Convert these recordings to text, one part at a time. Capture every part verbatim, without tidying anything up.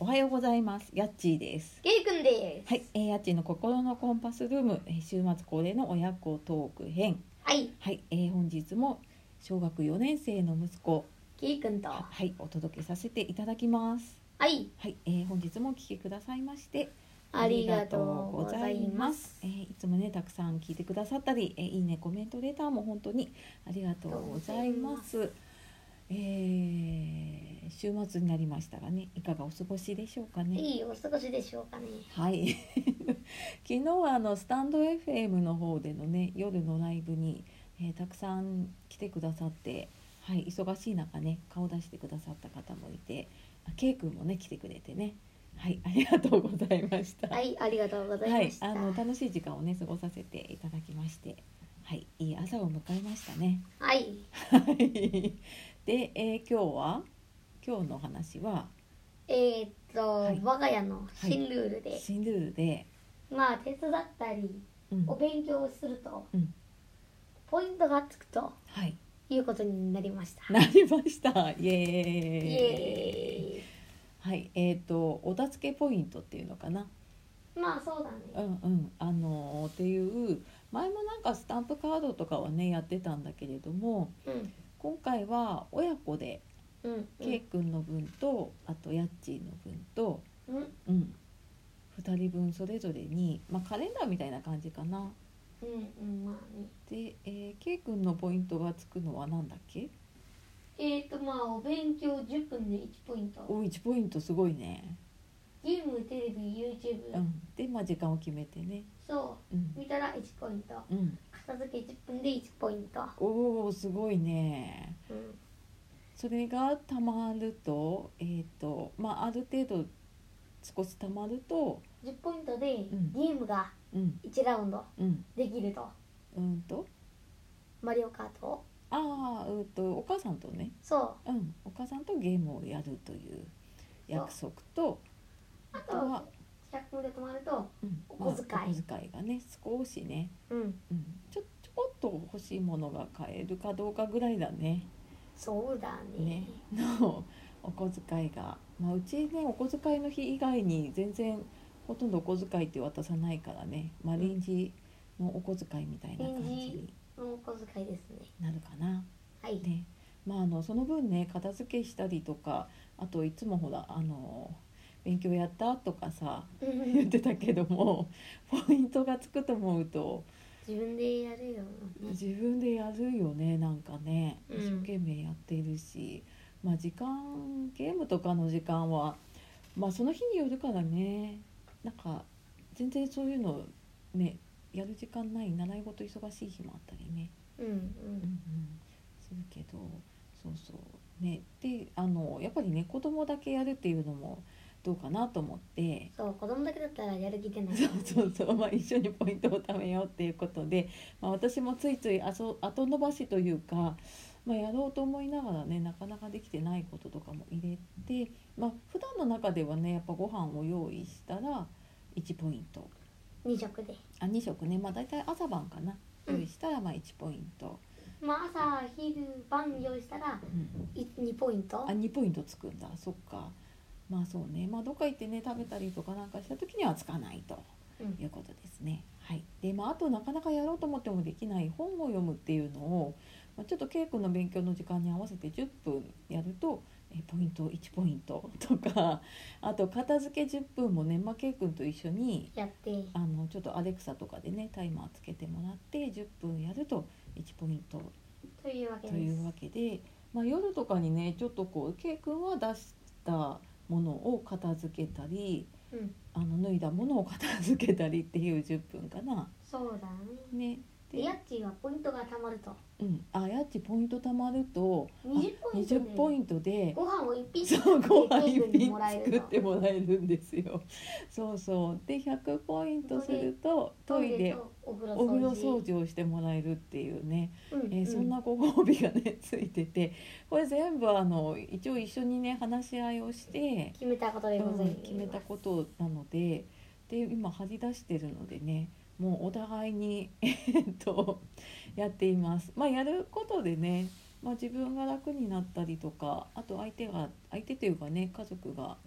はようございます。やっちーです。 けいくんです。 はい、えー、やっちーの心のコンパスルーム、えー、週末恒例の親子トーク編。 はい。 はい、えー、本日も小学よねん生の息子けいくんとは、はい、お届けさせていただきます。 はい。 はい、えー、本日もお聞きくださいましてありがとうございます。 えー、いつもねたくさん聞いてくださったり、えー、いいねコメントレターも本当にありがとうございます。えー、週末になりましたがね、いかがお過ごしでしょうかね。 いいお過ごしでしょうかね。 はい昨日はあのスタンド エフエム の方でのね夜のライブに、えー、たくさん来てくださって、はい、忙しい中ね顔出してくださった方もいて、ケイ君もね来てくれてね、はい、ありがとうございました。 はい、ありがとうございました。 はい、あの楽しい時間をね過ごさせていただきまして、はい、いい朝を迎えましたね。 はい。 で、えー、今日は今日の話はえー、っと、 はい、 我が家の新ルールで、 はい、新ルールで、 まあ手伝ったり、うん、お勉強をすると、うん、ポイントがつくと、はい、いうことになりました。 なりました。イエーイ。イエーイ。 はい、えっ、ー、とお助けポイントっていうのかな。 まあそうだね。 うんうん、あのー、っていう前もなんかスタンプカードとかはねやってたんだけれども、うん、今回は親子で、うんうん、ケイ君の分とあとヤッチーの分と、うんうん、ふたりぶんそれぞれに、まあ、カレンダーみたいな感じかな。 うんうんまあね、 で、えー、ケイ君のポイントがつくのはなんだっけ？ えーとまあお勉強じゅっぷんでいちポイント。 おいちポイントすごいね。 ゲーム、テレビ、YouTube、 うん、で、まあ、時間を決めてねそう、うん、見たらいちポイント、うん、片付けじゅっぷんでいちポイント。 おおすごいね、うん、それがたまるとえっ、ー、とまあある程度少したまるとじゅっポイントでゲームがいちラウンドできると、 うん、うんとマリオカート、 ああ、うんとお母さんとね、 そう、 うん、お母さんとゲームをやるという約束と、 あとはひゃくポイントで止まると、うん、お小遣い、まあ、お小遣いがね少しね、うんうん、ちょ、ちょこっと欲しいものが買えるかどうかぐらいだね。そうだね、 ねのお小遣いが、まあ、うちねお小遣いの日以外に全然ほとんどお小遣いって渡さないからね、まあ、臨時のお小遣いみたいな感じにのお小遣いですねなるかな。 はい、 ね、まあ、あのその分ね片付けしたりとか、あといつもほらあの勉強やったとかさ言ってたけどもポイントがつくと思うと自分でやるよ、ね、 自分でやるよね。なんかね一生懸命やっているし、うん、まあ時間ゲームとかの時間はまあその日によるからね、なんか全然そういうのねやる時間ない、習い事忙しい日もあったりね、うんうんうんうん、するけど、そうそうね。であのやっぱりね子供だけやるっていうのもどうかなと思って、 そう子供だけだったらやる気出ない、 ね、そうそうそう、まあ、一緒にポイントを貯めようっていうことで、まあ、私もついつい後延ばしというか、まあ、やろうと思いながらねなかなかできてないこととかも入れて、まあ普段の中ではねやっぱご飯を用意したらいちポイント、 に食であに食ね、まあ大体朝晩かな、うん、用意したらまあいちポイント、 まあ朝昼晩用意したらにポイント、 あにポイントつくんだ。そっか、まあそうね、まあどっか行ってね食べたりとかなんかした時にはつかないということですね、うん、はい。でまああとなかなかやろうと思ってもできない本を読むっていうのを、まあ、ちょっとケイ君の勉強の時間に合わせてじゅっぷんやるとえポイントいちポイントとか、あと片付けじゅっぷんもね、まあ、ケイ君と一緒にやってあのちょっとアレクサとかでねタイマーつけてもらってじゅっぷんやるといちポイントというわけです。 というわけで、まあ、夜とかにねちょっとこうケイ君は出したものを片付けたり、うん、あの脱いだものを片付けたりっていうじゅっぷんかな。 そうだね。 ねでヤッチーはポイントがたまると、 うん、あヤッチポイントたまるとにじゅっポイントでご飯を一品そうご飯一品作ってもらえるんですよ。そうそうでひゃくポイントするとトイレお風呂掃除をしてもらえるっていうね、うんえー、そんなご褒美がねついてて、これ全部あの一応一緒にね話し合いをして決めたことでございます、うん、 決めたことなので、で今張り出してるのでねもうお互いにえっとやっています。まあやることでね、まあ、自分が楽になったりとか、あと相手が相手というかね家族が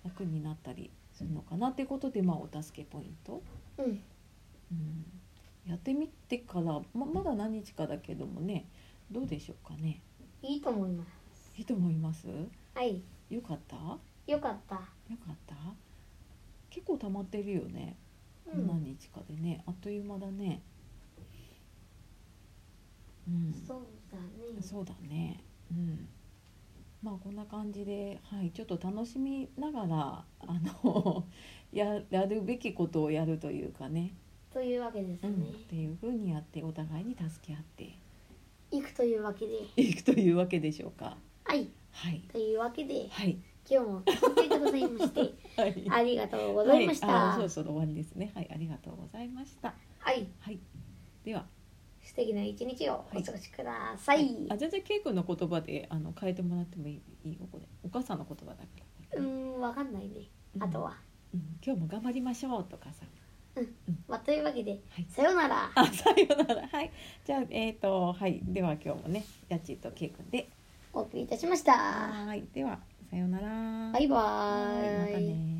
楽になったりするのかなっていうことで、まあお助けポイント、 うんうん、 やってみてから ま, まだ何日かだけどもね、どうでしょうかね。 いいと思います。 いいと思います。 はい。 よかった。 よかった。よかった。結構溜まってるよね。うん、何日かでね、あっという間だね。うん。 そうだね。 そうだね。うん。まあこんな感じで、はい、ちょっと楽しみながらあの や, やるべきことをやるというかね。 というわけですね。 うん、っていう風にやってお互いに助け合っていくというわけで。 いくというわけでしょうか。 はい。 はい。 というわけで、 はい、 今日も聞いてくださいまして、はい、ありがとうございました。 はい、あ、そろそろ終わりですね。はい、ありがとうございました。 はい。 はい。では。 素敵な一日をお過ごしください。はい、 あ、全然ケイ君の言葉であの変えてもらってもいい、いいよこれ。お母さんの言葉だから。 うん、わかんないね。あとは、 うんうん、今日も頑張りましょうとかさ。 うん。うん、まあ、というわけで、 はい、 さようなら。 あ、さようなら。はい。じゃあえっ、ー、とはいでは今日もね、やっちーとケイ君でお送りいたしました。 はい。ではさようなら。 バイバーイ。 またね。